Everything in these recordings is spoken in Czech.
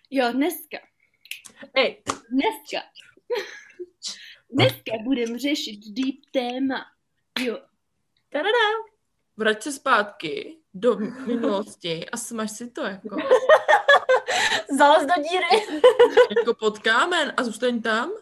Jo, dneska. Hej. Dneska budeme řešit deep téma. Jo. Tadadá. Vrať se zpátky do minulosti a smaž si to jako. Zalez do díry. Jako pod kámen a zůstaň tam.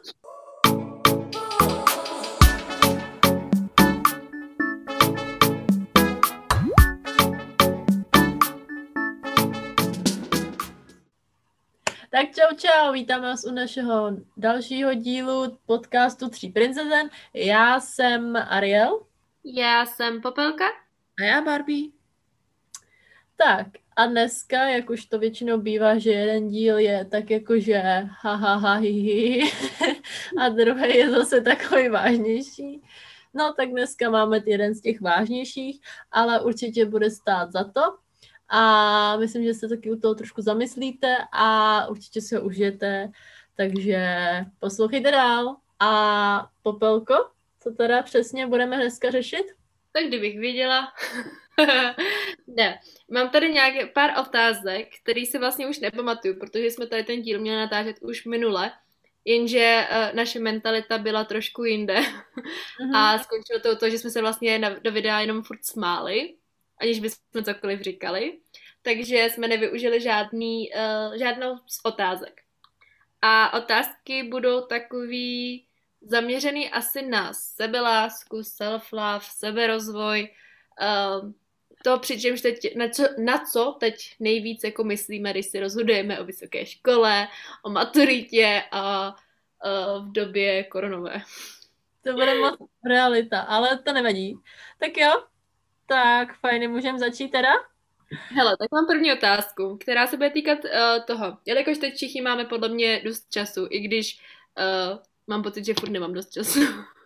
Tak čau, vítáme vás u našeho dalšího dílu podcastu Tří princezen. Já jsem Ariel. Já jsem Popelka. A já Barbie. Tak a dneska, jak už to většinou bývá, že jeden díl je tak jakože hi, a druhý je zase takový vážnější. No tak dneska máme jeden z těch vážnějších, ale určitě bude stát za to. A myslím, že se taky u toho trošku zamyslíte a určitě si ho užijete, takže poslouchejte dál. A Popelko, co teda přesně budeme dneska řešit? Tak kdybych věděla. Ne, mám tady nějaké pár otázek, které si vlastně už nepamatuju, protože jsme tady ten díl měli natáčet už minule, jenže naše mentalita byla trošku jinde a skončilo to, že jsme se vlastně do videa jenom furt smáli, aniž bychom cokoliv říkali, takže jsme nevyužili žádnou z otázek. A otázky budou takový zaměřený asi na sebelásku, self-love, seberozvoj, to přičemž teď, na co teď nejvíc jako myslíme, když si rozhodujeme o vysoké škole, o maturitě a v době koronové. To bude moc realita, ale to nevadí. Tak jo, tak fajně, můžeme začít teda? Hele, tak mám první otázku, která se bude týkat toho. Jelikož teď všichni máme podle mě dost času, i když mám pocit, že furt nemám dost času.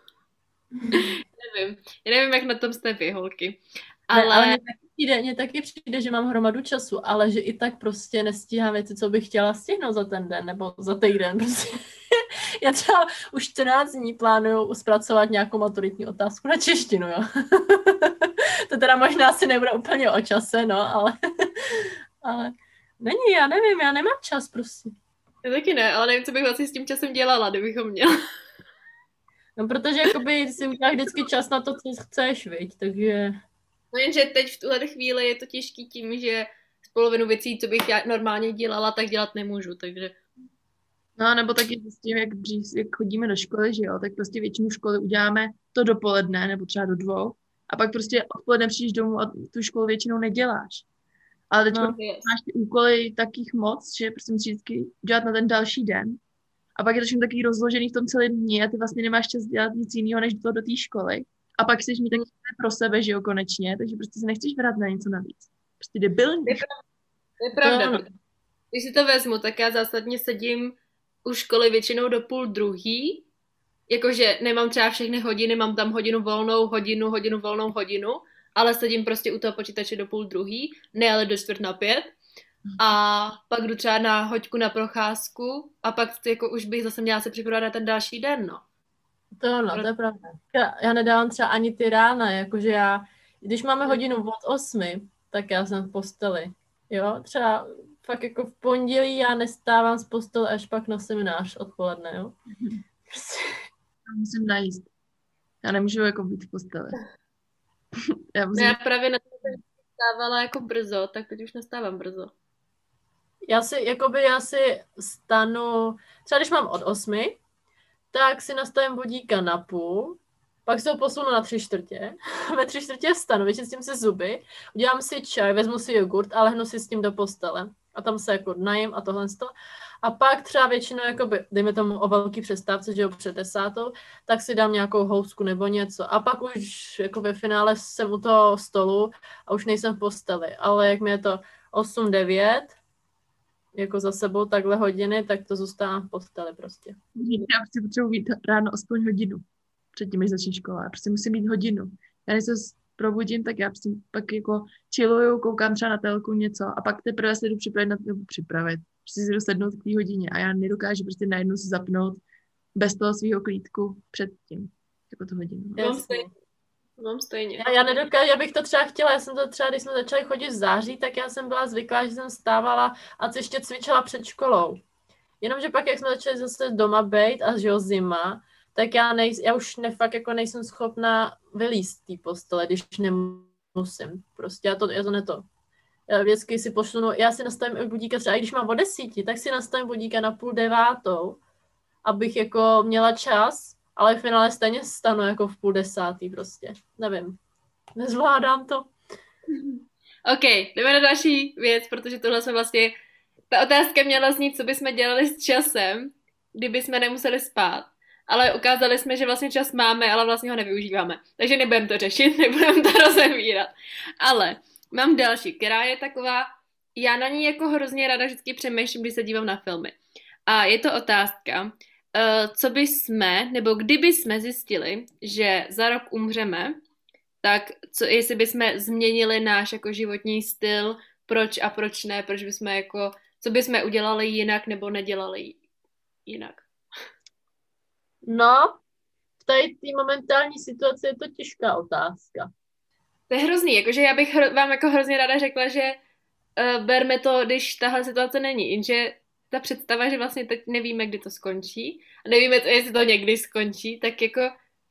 Já nevím, jak na tom jste vy, holky. Ale mně taky přijde, že mám hromadu času, ale že i tak prostě nestíhám věci, co bych chtěla stihnout za ten den, nebo za týden. Prostě. Já třeba už 14 dní plánuju zpracovat nějakou maturitní otázku na češtinu, jo. To teda možná asi nebude úplně o čase, no, ale já nevím, já nemám čas prostě. Já taky ne, ale nevím, co bych vlastně s tím časem dělala, kdybychom měla. No, protože jakoby si uděláš vždycky čas na to, co chceš, viď, takže... No jenže teď v tuhle chvíli je to těžký tím, že polovinu věcí, co bych já normálně dělala, tak dělat nemůžu, takže... No, nebo taky s tím, jak chodíme do školy, že jo, tak prostě většinu školy uděláme to dopoledne, nebo třeba do 2, a pak prostě odpoledne přijdeš domů a tu školu většinou neděláš. Ale teď máš ty úkoly takých moc, že prostě musíš vždycky dělat na ten další den. A pak je to všechno taky rozložený v tom celém dní a ty vlastně nemáš čas dělat nic jiného, než do té školy. A pak chceš mít taky pro sebe, že jo, konečně, takže prostě se nechceš vrát na něco navíc. Prostě debilní. To je pravda. No. Když si to vezmu, tak já zásadně sedím u školy většinou do 12:30, jakože nemám třeba všechny hodiny, mám tam hodinu volnou, hodinu, ale sedím prostě u toho počítače do 12:30, ne ale do 4:45. A pak jdu třeba na hoďku na procházku a pak jako už bych zase měla se připravovat na ten další den, no. To je pravda. Já nedávám třeba ani ty rána, jakože když máme hodinu od 8, tak já jsem v posteli, jo, třeba fakt jako v pondělí já nestávám z postele až pak na seminář odpoledne, jo. Já musím najíst. Já nemůžu jako být v posteli. Já právě na to jsem stávala jako brzo, tak teď už nestávám brzo. Já si stanu, třeba když mám od 8, tak si nastavím vodíka na půl, pak se ho posunu na 3/4, ve 3/4 vstanu, vyčistím si zuby, udělám si čaj, vezmu si jogurt a lehnu si s tím do postele. A tam se jako najím a tohle. A pak třeba většinou, jakoby, dejme tomu o velký přestávce, že jo, před 10, tak si dám nějakou housku nebo něco. A pak už jako ve finále jsem u toho stolu a už nejsem v posteli. Ale jak mi je to 8-9, jako za sebou takhle hodiny, tak to zůstávám v posteli prostě. Já prostě potřebuji být ráno aspoň hodinu předtím, než začne škola. Já prostě musím mít hodinu. Já než se probudím, tak já prostě pak jako chilluju, koukám třeba na telku něco a pak teprve se jdu připravit. Prostě si jdu sednout k té hodině a já nedokážu prostě najednou se zapnout bez toho svého klídku předtím. Jako tu hodinu. Mám stejně. Já nedokážu, já bych to třeba chtěla, já jsem to třeba, když jsme začali chodit v září, tak já jsem byla zvyklá, že jsem stávala a ještě cvičila před školou. Jenomže pak, jak jsme začali zase doma bejt a že jo, zima, tak já už fakt jako nejsem schopná vylízt z té postele, když nemusím. Prostě já to neto. Já vždycky si pošlu, já si nastavím i budíka, třeba i když mám o 10, tak si nastavím budíka na 8:30, abych jako měla čas, ale v finále stejně stanu jako v 9:30 prostě. Nevím. Nezvládám to. OK, jdeme na další věc, protože tohle jsme vlastně... Ta otázka měla znít, co bychom dělali s časem, kdyby jsme nemuseli spát. Ale ukázali jsme, že vlastně čas máme, ale vlastně ho nevyužíváme. Takže nebudeme to řešit, nebudeme to rozevírat. Ale mám další, která je taková... Já na ní jako hrozně ráda vždycky přemýšlím, když se dívám na filmy. A je to otázka, co by jsme, nebo kdyby jsme zjistili, že za rok umřeme, tak jestli bychom změnili náš jako životní styl, proč a proč ne, proč bychom jako, co bychom udělali jinak nebo nedělali jinak. No, v té momentální situaci je to těžká otázka. To je hrozný, jakože já bych vám jako hrozně ráda řekla, že berme to, když tahle situace není, jenže ta představa, že vlastně teď nevíme, kdy to skončí a nevíme, jestli to někdy skončí, tak jako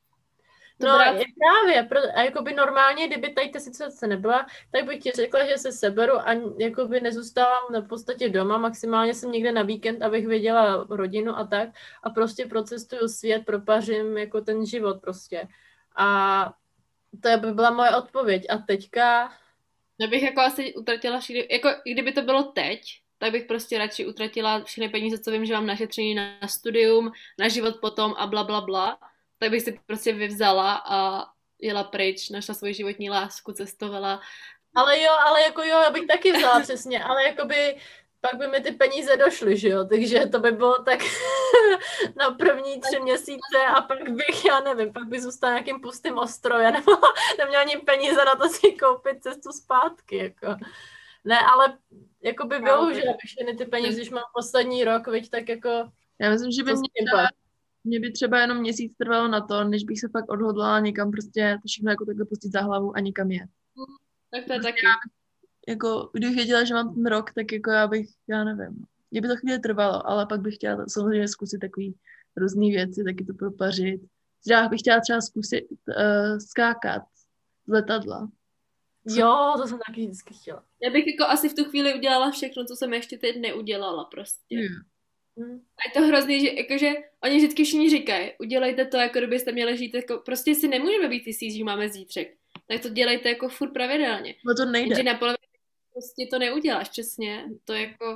je právě, a jakoby normálně, kdyby tady ta situace nebyla, tak bych ti řekla, že se seberu a jakoby nezůstávám v podstatě doma, maximálně jsem někde na víkend, abych viděla rodinu a tak a prostě procestuju svět, propařím jako ten život prostě. A to by byla moje odpověď. A teďka... Já bych jako asi utratila všechny, jako kdyby to bylo teď, tak bych prostě radši utratila všechny peníze, co vím, že mám našetřený na studium, na život potom a bla, bla, bla. Tak bych si prostě vyvzala a jela pryč, našla svoji životní lásku, cestovala. Ale jo, já bych taky vzala přesně, ale jakoby pak by mi ty peníze došly, že jo, takže to by bylo tak na první 3 měsíce a pak bych, já nevím, pak by zůstala nějakým pustým ostrově, nebo neměla ani peníze na to si koupit cestu zpátky, jako. Ne, ale jakoby využila bych všechny ty peníze, když mám poslední rok, viď, tak jako... Já myslím, že by mě by třeba jenom měsíc trvalo na to, než bych se fakt odhodlala někam prostě to všechno jako takhle pustit za hlavu a někam jet. Tak to je prostě taky. Jako, kdybych věděla, že mám ten rok, tak jako já nevím. Mě by to chvíli trvalo, ale pak bych chtěla samozřejmě zkusit takový různý věci, taky to propařit. Já bych chtěla třeba zkusit skákat z letadla. Jo, to jsem taky vždycky chtěla. Já bych jako asi v tu chvíli udělala všechno, co jsem ještě teď neudělala prostě. A je to hrozný, že jakože oni vždycky všichni říkají, udělejte to, jako kdybyste měli žít, jako prostě si nemůžeme být jistý, že máme zítřek. Tak to dělejte jako furt pravidelně. No to nejde. Jenže na polovinu prostě to neuděláš, přesně. To jako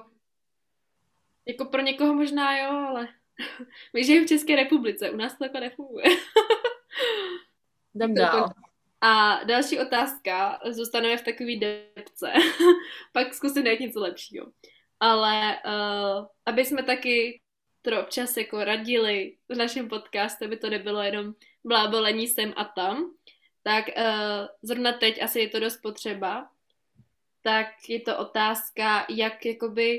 pro někoho možná jo, ale my žijeme v České republice, u nás to takhle nefunguje. Jdem dál. A další otázka, zůstaneme v takový depce, pak zkusím najít něco lepšího. Ale aby jsme taky občas jako radili v našem podcastu, aby to nebylo jenom blábolení sem a tam, tak zrovna teď asi je to dost potřeba, tak je to otázka, jak jakoby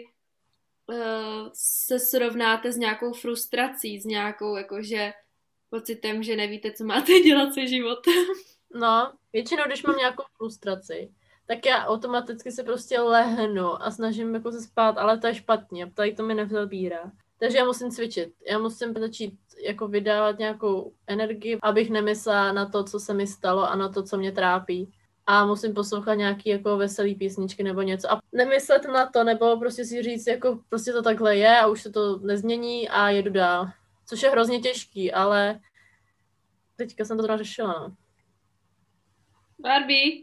se srovnáte s nějakou frustrací, s nějakou jakože pocitem, že nevíte, co máte dělat se životem. No, většinou, když mám nějakou frustraci, tak já automaticky se prostě lehnu a snažím jako se spát, ale to je špatně, tady to mi nevzabírá. Takže já musím cvičit, já musím začít jako vydávat nějakou energii, abych nemyslela na to, co se mi stalo a na to, co mě trápí. A musím poslouchat nějaký jako veselý písničky nebo něco a nemyslet na to, nebo prostě si říct, jako prostě to takhle je a už se to nezmění a jedu dál. Což je hrozně těžký, ale teďka jsem to teda řešila, no. Barbie.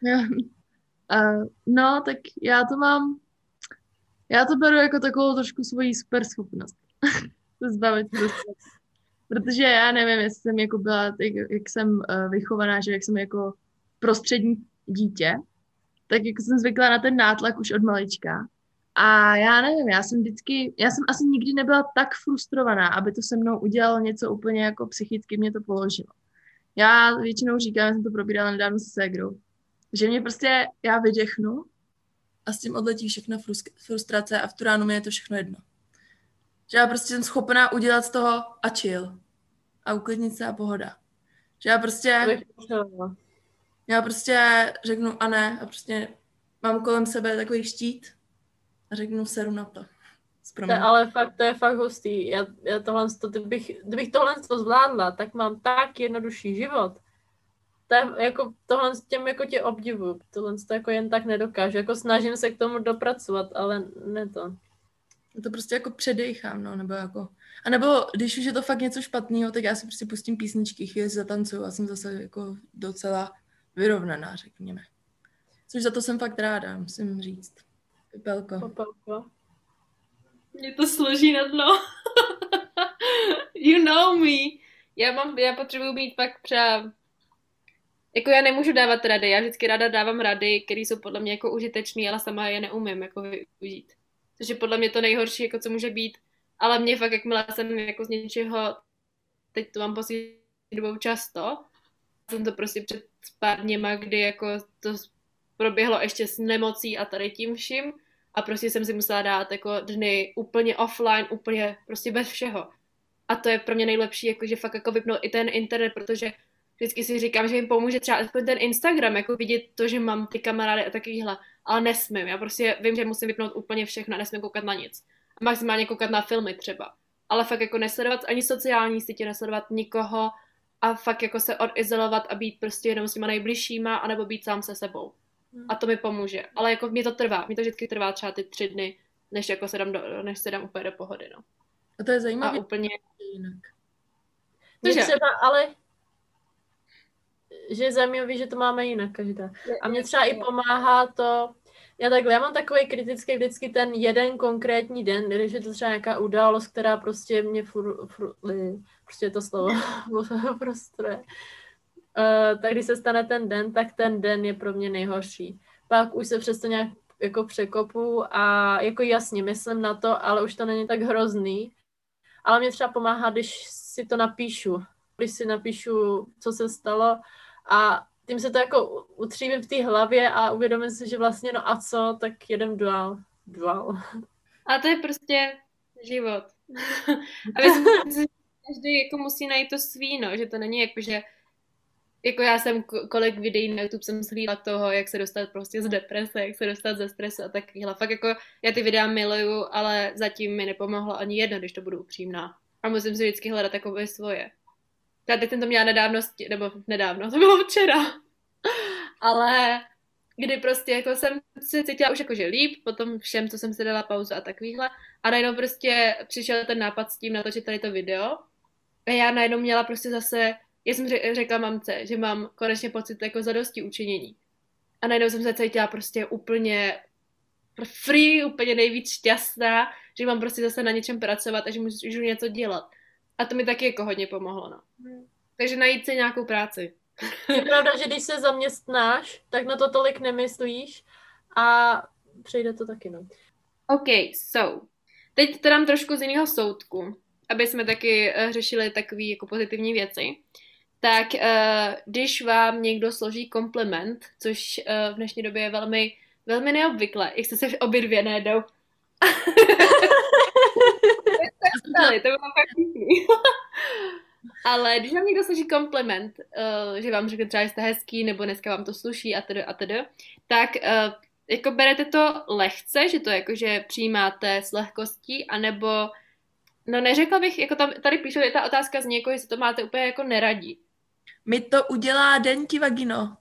No, tak já to beru jako takovou trošku svoji super schopnost. Se zbavit prostě. Protože já nevím, jestli jsem jako byla, jak jsem vychovaná, že jak jsem jako prostřední dítě, tak jako jsem zvykla na ten nátlak už od malička. A já nevím, já jsem asi nikdy nebyla tak frustrovaná, aby to se mnou udělalo něco úplně jako psychicky mě to položilo. Já většinou říkám, já jsem to probírala nedávno se ségrou, že mě prostě, já vydechnu a s tím odletí všechna frustrace a v tu ránu mi je to všechno jedno. Že já prostě jsem schopná udělat z toho a chill. A uklidnit se a pohoda. Že já To prostě, bych potřebovala. já prostě řeknu a ne a prostě mám kolem sebe takový štít a řeknu seru na to. Ale fakt, to je fakt hustý. Já tohle, kdybych tohle to zvládla, tak mám tak jednodušší život. To je, jako, tohle s těm jako tě obdivuju. Tohle to jako jen tak nedokážu. Jako snažím se k tomu dopracovat, ale ne to. Já to prostě jako předejchám, no, nebo jako... A nebo když už je to fakt něco špatného, tak já si prostě pustím písničky, chvíli si zatancuju a jsem zase jako docela vyrovnaná, řekněme. Což za to jsem fakt ráda, musím říct. Pepelko. Popelko. Mě to složí na dno. You know me. Já potřebuji mít fakt třeba... Jako já nemůžu dávat rady, já vždycky ráda dávám rady, které jsou podle mě jako užitečné, ale sama je neumím jako využít. Což je podle mě to nejhorší, jako co může být. Ale mě fakt, jakmile jsem jako z něčeho, teď to mám poslední dobou často, jsem to prostě před pár dněma, kdy jako to proběhlo ještě s nemocí a tady tím vším a prostě jsem si musela dát jako dny úplně offline, úplně prostě bez všeho. A to je pro mě nejlepší, jakože fakt jako vypnout i ten internet, protože vždycky si říkám, že jim pomůže třeba aspoň ten Instagram, jako vidět to, že mám ty kamarády a takovýhle, ale nesmím. Já prostě vím, že musím vypnout úplně všechno a nesmím koukat na nic. A maximálně koukat na filmy třeba. Ale fakt jako nesledovat ani sociální sítě, nesledovat nikoho a fakt jako se odizolovat a být prostě jenom s těma nejbližšíma, anebo být sám se sebou. A to mi pomůže. Ale jako mě to vždycky trvá třeba ty 3 dny, než jako než se dám úplně do pohody, no. A to je zajímavé. A úplně jinak. Mě třeba, ale že je zajímavý, že to máme jinak každá. A mě třeba i pomáhá to, já mám takový kritický vždycky ten jeden konkrétní den, když je to třeba nějaká událost, která prostě mě prostě je to slovo frustruje. Tak když se stane ten den, tak ten den je pro mě nejhorší. Pak už se přesto nějak jako překopu a jako jasně myslím na to, ale už to není tak hrozný. Ale mě třeba pomáhá, když si to napíšu. Když si napíšu, co se stalo a tím se to jako utříbím v té hlavě a uvědomím si, že vlastně no a co, tak jedem duál. A to je prostě život. A myslím si, že každý jako musí najít to svý, no, že to není jako, že jako já jsem kolik videí na YouTube jsem slídla toho, jak se dostat prostě z deprese, jak se dostat ze stresu a takovýhle. Fakt jako já ty videa miluju, ale zatím mi nepomohlo ani jedno, když to budu upřímná. A musím si vždycky hledat takové svoje. Já teď jsem to měla nedávno, to bylo včera. Ale kdy prostě jako jsem se cítila už jakože líp, potom všem, co jsem si dala pauzu a takovýhle. A najednou prostě přišel ten nápad s tím natočit tady to video. A já najednou měla prostě zase, já jsem řekla mamce, že mám konečně pocit jako zadosti učinění. A najednou jsem se cítila prostě úplně free, úplně nejvíc šťastná, že mám prostě zase na něčem pracovat a že můžu něco dělat. A to mi taky jako hodně pomohlo, no. Takže najít si nějakou práci. Je pravda, že když se zaměstnáš, tak na to tolik nemyslíš a přejde to taky, no. OK, so. Teď to dám trošku z jiného soudku, aby jsme taky řešili takové jako pozitivní věci. Tak když vám někdo složí kompliment, což v dnešní době je velmi, velmi neobvyklé, jak jste se obě dvě najednou. To bylo fakt vtipný. Ale když vám někdo složí kompliment, že vám řekne třeba, že jste hezký, nebo dneska vám to sluší a tedy, tak jako berete to lehce, že to jako, že přijímáte s lehkostí, anebo, no neřekla bych, jako tady píšu, je ta otázka zní, jako jestli to máte úplně jako neradí. Mi to udělá den ti vagino.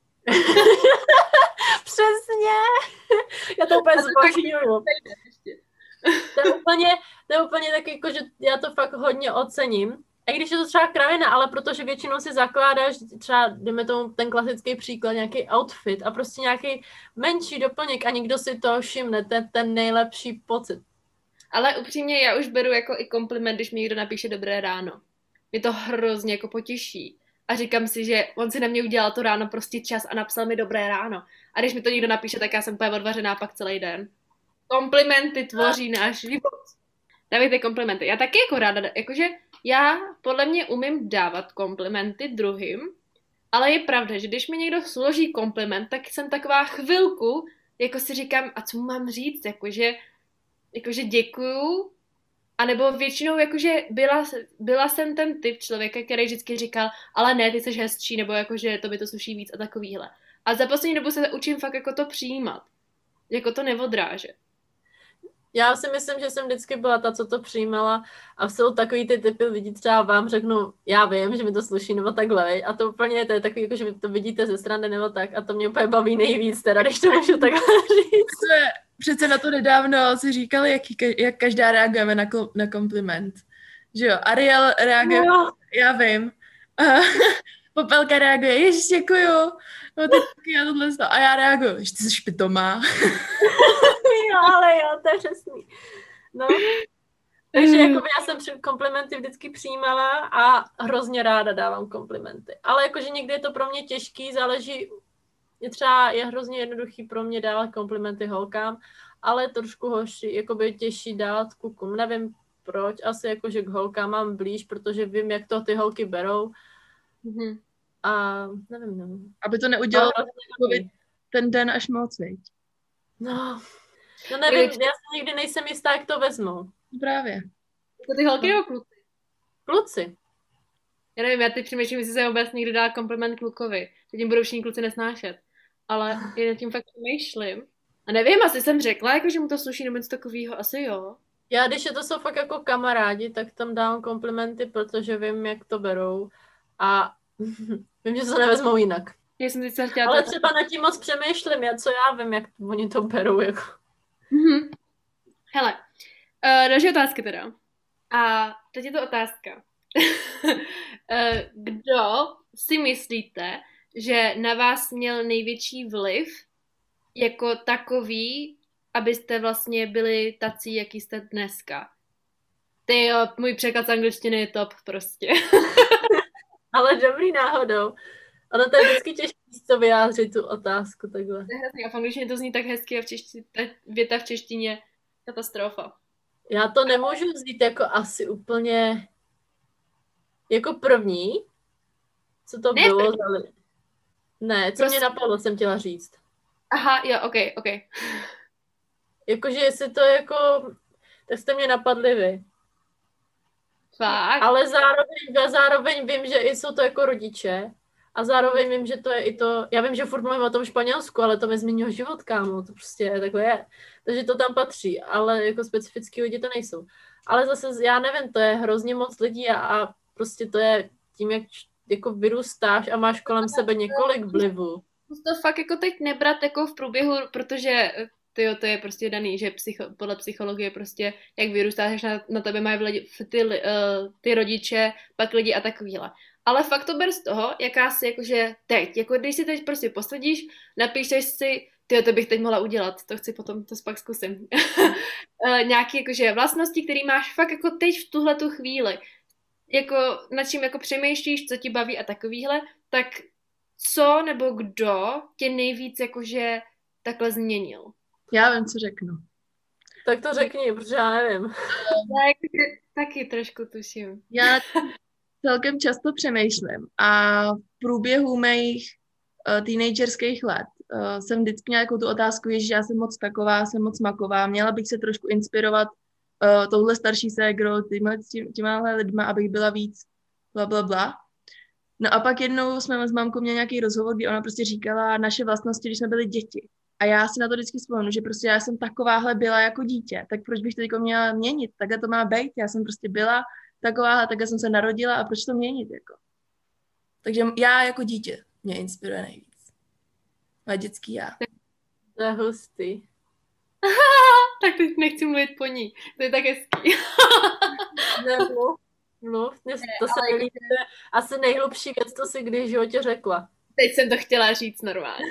Přesně. Já to úplně zbožňuju. To je úplně tak jako, že já to fakt hodně ocením. A když je to třeba kravina, ale protože většinou si zakládáš třeba, dejme tomu ten klasický příklad, nějaký outfit a prostě nějaký menší doplněk a nikdo si to všimne, to je ten nejlepší pocit. Ale upřímně já už beru jako i kompliment, když mi někdo napíše dobré ráno. Mě to hrozně jako potěší. A říkám si, že on si na mě udělal to ráno prostě čas a napsal mi dobré ráno. A když mi to někdo napíše, tak já jsem úplně odvařená pak celý den. Komplimenty tvoří náš život. Dávejte komplimenty. Já taky jako ráda, jakože já podle mě umím dávat komplimenty druhým, ale je pravda, že když mi někdo složí kompliment, tak jsem taková chvilku, jako si říkám, a co mu mám říct, jakože děkuju, A nebo většinou jakože byla jsem ten typ člověka, který vždycky říkal, ale ne, ty jsi hezčí, nebo jakože to by to sluší víc a takovýhle. A za poslední dobu se učím fakt jako to přijímat. Jako to neodrážet. Já si myslím, že jsem vždycky byla ta, co to přijímala a jsou takový ty typy lidí, třeba vám řeknu, já vím, že mi to sluší, nebo takhle, a to úplně to je takový, jako že vy to vidíte ze strany, nebo tak, a to mě úplně baví nejvíc, teda, když to můžu takhle říct. Přece na to nedávno si říkali, jak každá reagujeme na kompliment. Že jo, Ariel reaguje, No. Já vím. Popelka reaguje, ježiš, děkuju. No, ty taky a tohle. A já reaguju, že ty jsi špitomá. Jo, ale jo, to je přesný. No. Takže jakoby já jsem komplimenty vždycky přijímala a hrozně ráda dávám komplimenty. Ale jakože někdy je to pro mě těžký, záleží, je hrozně jednoduchý pro mě dávat komplimenty holkám, ale trošku horší, jakoby těžší dát klukům. Nevím proč, asi jakože k holkám mám blíž, protože vím, jak to ty holky berou. Mhm. A nevím. Aby to neudělalo ten den až moc, viď? No nevím, já si nikdy nejsem jistá, jak to vezmou. Právě. Jako ty holky nebo kluci? Kluci. Já nevím, já teď přemýšlím, jestli jsem vůbec někdy dala kompliment klukovi. Že tím budou všichni kluci nesnášet. Ale já nad tím fakt přemýšlím. A nevím, asi jsem řekla, jako, že mu to sluší nebo něco takového. Asi jo. Já, když jsou fakt jako kamarádi, tak tam dávám komplimenty, protože vím, jak to berou. A vím, že se nevezmou jinak. Já jsem teď chtěla ale třeba nad tím moc přemýšlím, co já vím, jak oni to berou. Jako. Mm-hmm. Hele, další otázka teda. A teď je to otázka. Kdo si myslíte, že na vás měl největší vliv jako takový, abyste vlastně byli tací, jaký jste dneska? Ty jo, můj překlad z angličtiny je top prostě. Ale dobrý náhodou. Ono to je vždycky těžké to vyjádřit, tu otázku takhle. To je hrozný, a v angličtině to zní tak hezky a věta v češtině katastrofa. Já to nemůžu vzít jako asi úplně jako první. Co to ne, bylo? Ne, co mě napadlo, jsem chtěla říct. Aha, jo, ok. Jakože jestli to jako... Tak jste mě napadli vy. Fakt? Ale zároveň vím, že jsou to jako rodiče. A zároveň vím, že to je i to... Já vím, že furt mluvím o tom Španělsku, ale to mi změnilo život, kámo. To prostě takhle je. Takže to tam patří, ale jako specifický lidi to nejsou. Ale zase, já nevím, to je hrozně moc lidí a prostě to je tím, jak jako vyrůstáš a máš kolem sebe několik vlivů. To fakt jako teď nebrat jako v průběhu, protože to je prostě daný, že podle psychologie prostě, jak vyrůstáš, na tebe mají ty rodiče, pak lidi a takovýhle. Ale fakt to ber z toho, jaká si jakože teď, jako když si teď prostě posadíš, napíšeš si, to bych teď mohla udělat, to chci potom, to pak zkusím. Nějaké jakože vlastnosti, které máš fakt jako teď v tuhletu chvíli. Jako nad čím jako přemýšlíš, co ti baví a takovýhle, tak co nebo kdo tě nejvíc jakože takhle změnil? Já vím, co řeknu. Tak to řekni, protože já nevím. Já taky trošku tuším. Já celkem často přemýšlím a v průběhu mých teenagerských let jsem vždycky měla jako tu otázku, že já jsem moc taková, jsem moc maková, měla bych se trošku inspirovat touhle starší ségrou, těmahle lidma, abych byla víc blablabla. No a pak jednou jsme s mámkou měli nějaký rozhovor, kdy ona prostě říkala naše vlastnosti, když jsme byli děti. A já si na to vždycky vzpomenu, že prostě já jsem takováhle byla jako dítě, tak proč bych to jako měla měnit? Takhle to má být, já jsem prostě byla takováhle, takhle jsem se narodila a proč to měnit? Jako? Takže já jako dítě mě inspiruje nejvíc. Moje dětský já. To je hustý. Tak teď nechci mluvit po ní. To je tak hezký. Mluv. To se mi líbí. Asi nejhlubší věc, to si kdy v životě řekla. Teď jsem to chtěla říct normálně.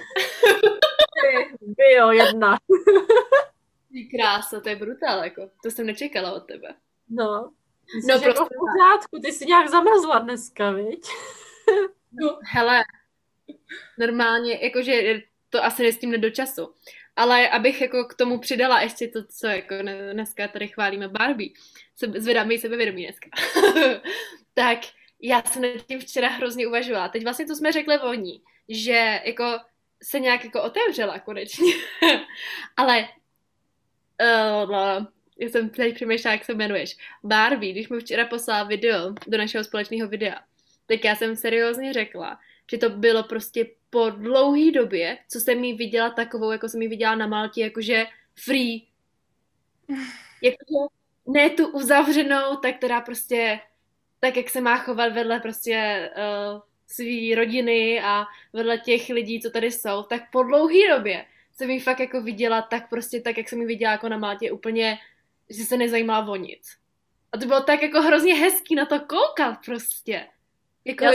Bio, jedna. Krása, to je brutál, jako. To jsem nečekala od tebe. No. No prostě jako v pořádku, ty jsi nějak zamrzla dneska, viď? No, hele, normálně, jakože to asi nestihne do času. Ale abych jako k tomu přidala ještě to, co jako dneska tady chválíme Barbie, zvedáme jí sebevědomí dneska. Tak já jsem nad tím včera hrozně uvažovala. Teď vlastně to jsme řekli o ní, že jako se nějak jako otevřela konečně. Ale já jsem teď přemýšlela, jak se jmenuješ. Barbie, když mi včera poslala video do našeho společného videa, tak já jsem seriózně řekla, že to bylo prostě po dlouhý době, co jsem jí viděla takovou, jako jsem jí viděla na Maltě, jakože free. Jakože ne tu uzavřenou, tak teda prostě tak, jak se má chovat vedle prostě svý rodiny a vedle těch lidí, co tady jsou, tak po dlouhý době jsem jí fakt jako viděla tak prostě tak, jak jsem jí viděla jako na Maltě, úplně, že se nezajímala o nic. A to bylo tak jako hrozně hezký na to koukat prostě. Jako,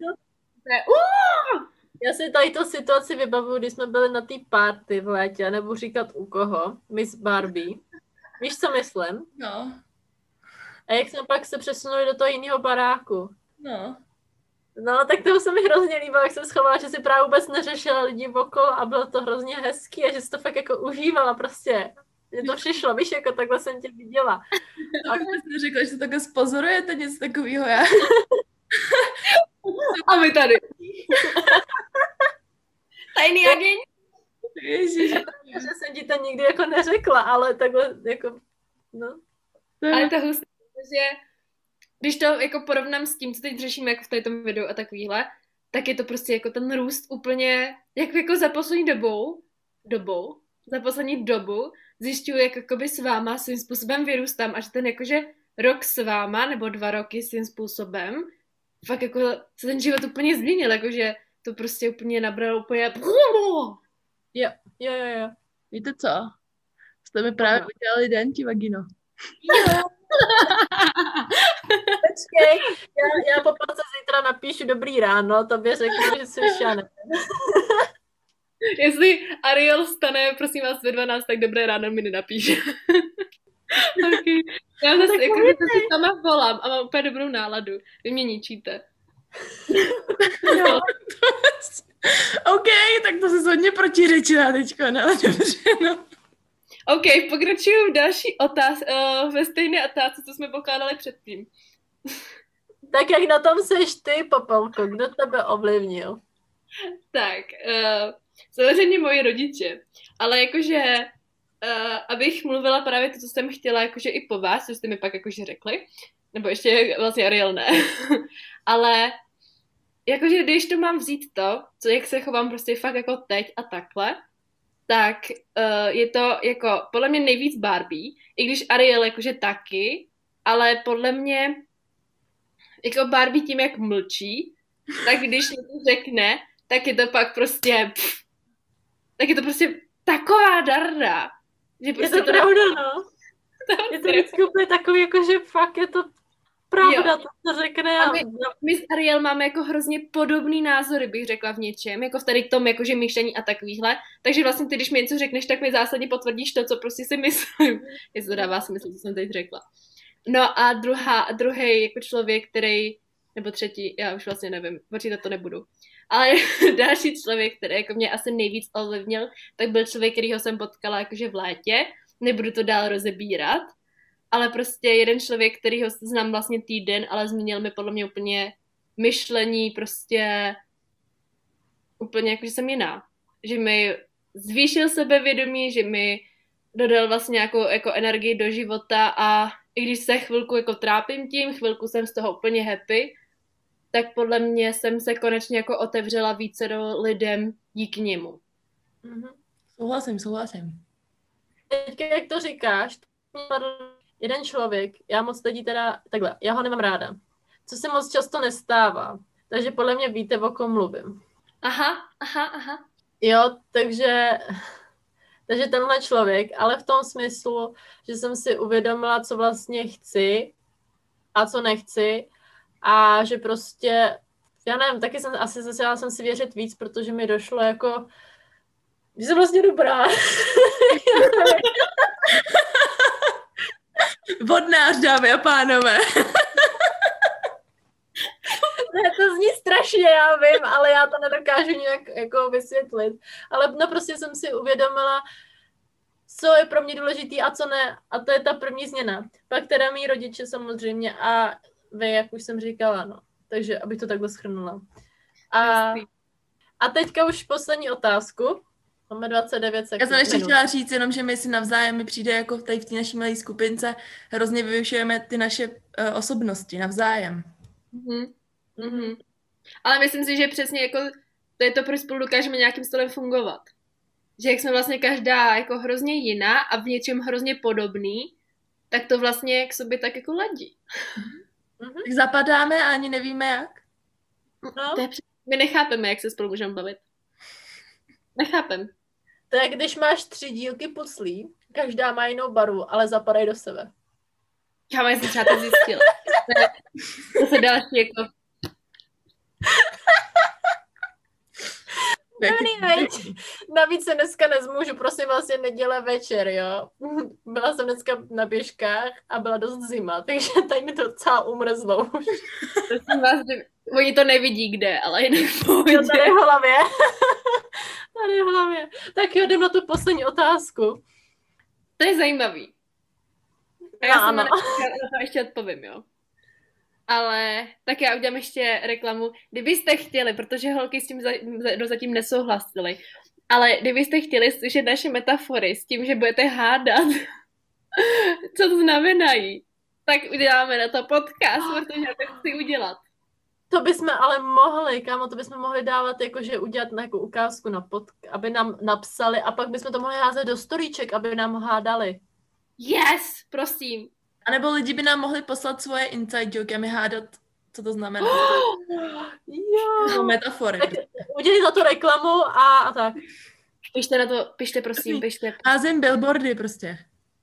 Já si tady tu situaci vybavuju, když jsme byli na té party v létě, nebo říkat u koho, Miss Barbie. Víš, co myslím? No. A jak jsme pak se přesunuli do toho jiného baráku. No. No, tak toho se mi hrozně líbilo, jak jsem schovala, že si právě vůbec neřešila lidi okolo a bylo to hrozně hezký a že jsi to fakt jako užívala prostě. Mně to přišlo, víš, jako takhle jsem tě viděla. A ty jsi neřekla, že takhle spozorujete něco takového, já. A my tady. Tajný agent. Ježiš. Že jsem ti to nikdy jako neřekla, ale takhle jako, no. Ale to hustý, že když to jako porovnám s tím, co teď řešíme jako v tom videu a takovýhle, tak je to prostě jako ten růst úplně, jako za poslední za poslední dobu zjišťuju, jak jakoby s váma svým způsobem vyrůstám a že ten jakože rok s váma, nebo 2 roky svým způsobem, fakt jako se ten život úplně změnil, jakože to prostě úplně nabralo úplně... Jo. Víte co? Jste mi právě udělali den, ti vagino. Počkej, já po půlce zítra napíšu dobrý ráno, tobě řeknu, že jsi šane. Jestli Ariel stane, prosím vás, ve 12, tak dobré ráno mi nenapíše. Okay. Já zase, jako, že se sama volám a mám úplně dobrou náladu. Vy mě ničíte. No. OK, tak to se hodně protiřečila teďko, no, dobře, no. OK, pokračuju v další ve stejné otázce, co jsme pokládali předtím. Tak jak na tom seš ty, Popelko? Kdo tebe ovlivnil? Tak, samozřejmě moji rodiče, ale jakože, abych mluvila právě to, co jsem chtěla, jakože i po vás, co jste mi pak jakože řekli, nebo ještě vlastně Ariel ne, ale jakože když to mám vzít to, co jak se chovám prostě fakt jako teď a takhle, tak je to jako podle mě nejvíc Barbie, i když Ariel jakože taky, ale podle mě jako Barbie tím, jak mlčí, tak když něco řekne, tak je to pak prostě tak je to prostě taková darda. Že prostě je to pravda, no. Je to vždycky úplně takový, jako že fakt je to pravda, to, co řekne. A my s Ariel máme jako hrozně podobný názory, bych řekla v něčem, jako v tady tom jakože myšlení a takovýhle. Takže vlastně ty, když mi něco řekneš, tak mi zásadně potvrdíš to, co prostě si myslím. Jestli to dává smysl, co jsem teď řekla. No a druhý jako člověk, který, nebo třetí, já už vlastně nevím, počítat to nebudu. Ale další člověk, který jako mě asi nejvíc ovlivnil, tak byl člověk, kterýho jsem potkala jakože v létě. Nebudu to dál rozebírat, ale prostě jeden člověk, kterýho znám vlastně týden, ale změnil mi podle mě úplně myšlení, prostě úplně jako, že jsem jiná. Že mi zvýšil sebevědomí, že mi dodal vlastně nějakou jako energii do života a i když se chvilku jako trápím tím, chvilku jsem z toho úplně happy, tak podle mě jsem se konečně jako otevřela více do lidem díky němu. Souhlasím. Teď, jak to říkáš, jeden člověk, já moc lidí teda, takhle, já ho nemám ráda, co se moc často nestává, takže podle mě víte, o kom mluvím. Aha. Jo, takže tenhle člověk, ale v tom smyslu, že jsem si uvědomila, co vlastně chci a co nechci a že prostě, já nevím, taky jsem asi začala jsem si věřit víc, protože mi došlo jako, že jsem vlastně dobrá. Vodnář, dámy a pánové. Ne, to zní strašně, já vím, ale já to nedokážu nějak jako vysvětlit. Ale no prostě jsem si uvědomila, co je pro mě důležitý a co ne. A to je ta první změna. Pak teda mý rodiče samozřejmě a vy, jak už jsem říkala, no. Takže abych to takhle shrnula. A teďka už poslední otázku. Máme 29 sekund. Já jsem ještě minut. chtěla říct jenom, že my si navzájem mi přijde jako tady v té naší malé skupince hrozně vyvyšujeme ty naše osobnosti navzájem. Mhm. Ale myslím si, že přesně jako to je to, proč spolu dokážeme nějakým stylem fungovat. Že jak jsme vlastně každá jako hrozně jiná a v něčem hrozně podobný, tak to vlastně k sobě tak jako ladí. Tak zapadáme a ani nevíme jak. No. To je my nechápeme, jak se spolu můžeme bavit. Nechápem. To je, když máš 3 dílky puclí, každá má jinou barvu, ale zapadají do sebe. Já jsem třeba to zjistila. To se další jako... Navíc se dneska nezmůžu, prosím vás, je neděle večer, jo. Byla jsem dneska na běžkách a byla dost zima, takže tady mi to docela umrzlo už. Prosím vás, oni to nevidí kde, ale jinak v pohodě. Jo, tady v hlavě. Tady v hlavě. Tak jo, jdem na tu poslední otázku. To je zajímavý. A já Ano. na to ještě odpovím, jo. Ale tak já udělám ještě reklamu. Kdybyste chtěli, protože holky s tím zatím nesouhlasily, ale kdybyste chtěli slyšet naše metafory s tím, že budete hádat, co to znamenají, tak uděláme na to podcast, protože já to chci udělat. To bychom ale mohli, kámo, to bychom mohli dávat jakože udělat nějakou ukázku na aby nám napsali a pak bychom to mohli házet do storíček, aby nám hádali. Yes, prosím. A nebo lidi by nám mohli poslat svoje inside joke a mi hádat, co to znamená. Jo. To metafory. Tak udělej za to reklamu a tak. Pište na to, pište prosím, pište. Házím billboardy prostě.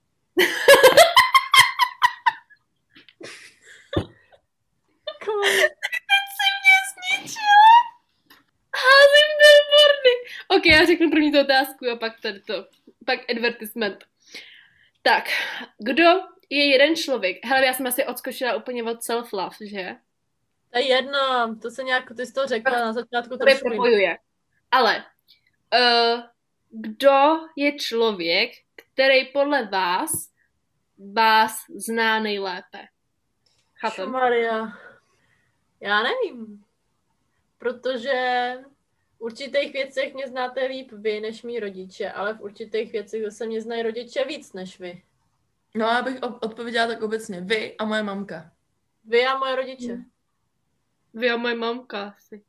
Teď si mě zničila. Házím billboardy. Ok, já řeknu první tu otázku a pak tady to. Pak advertisement. Tak, kdo je jeden člověk? Hele, já jsem asi odskočila úplně od self-love, že? To je jedno, to se nějak, ty jsi to řekla na začátku To trošku. propojuje. Ale kdo je člověk, který podle vás zná nejlépe? Chápem? Maria. Já nevím. Protože v určitých věcech mě znáte líp vy než mý rodiče, ale v určitých věcech zase mě znají rodiče víc než vy. No a abych odpověděla tak obecně. Vy a moje mamka. Vy a moje rodiče. Vy a moje mamka asi.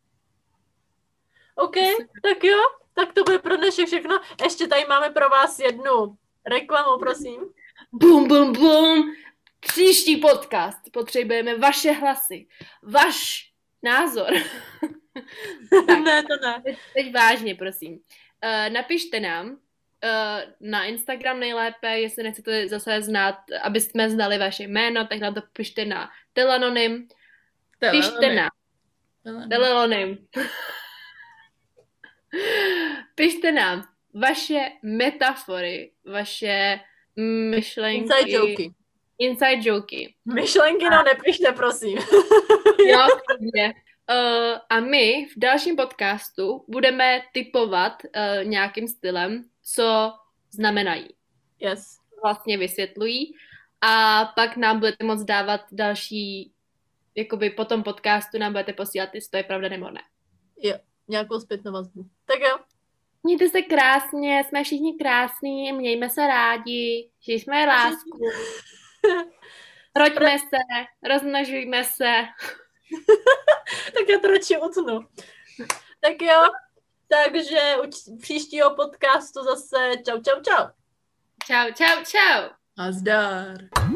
OK, tak jo, tak to bude pro dnešek všechno. Ještě tady máme pro vás jednu reklamu, prosím. Bum, bum, bum. Příští podcast potřebujeme vaše hlasy. Váš názor. Tak. Ne, to ne. Teď vážně, prosím. Napište nám na Instagram nejlépe, jestli nechcete zase znát, aby jsme znali vaše jméno, tak nám to pište na Telanonym. Pište na Telanonym. Pište nám vaše metafory, vaše myšlenky. Inside joky. Myšlenky, no nepište, prosím. Jo, klidně. A my v dalším podcastu budeme tipovat nějakým stylem, co znamenají. Yes. Vlastně vysvětlují a pak nám budete moct dávat další, jakoby po tom podcastu nám budete posílat, jestli to je pravda nebo ne. Jo, nějakou zpětnou vazbu. Tak jo. Mějte se krásně, jsme všichni krásní, mějme se rádi, žijme lásku, roďme se, rozmnožujme se. Tak já to radši utnu. Tak jo, takže u příštího podcastu zase čau, čau, čau. Čau, čau, čau. A zdar.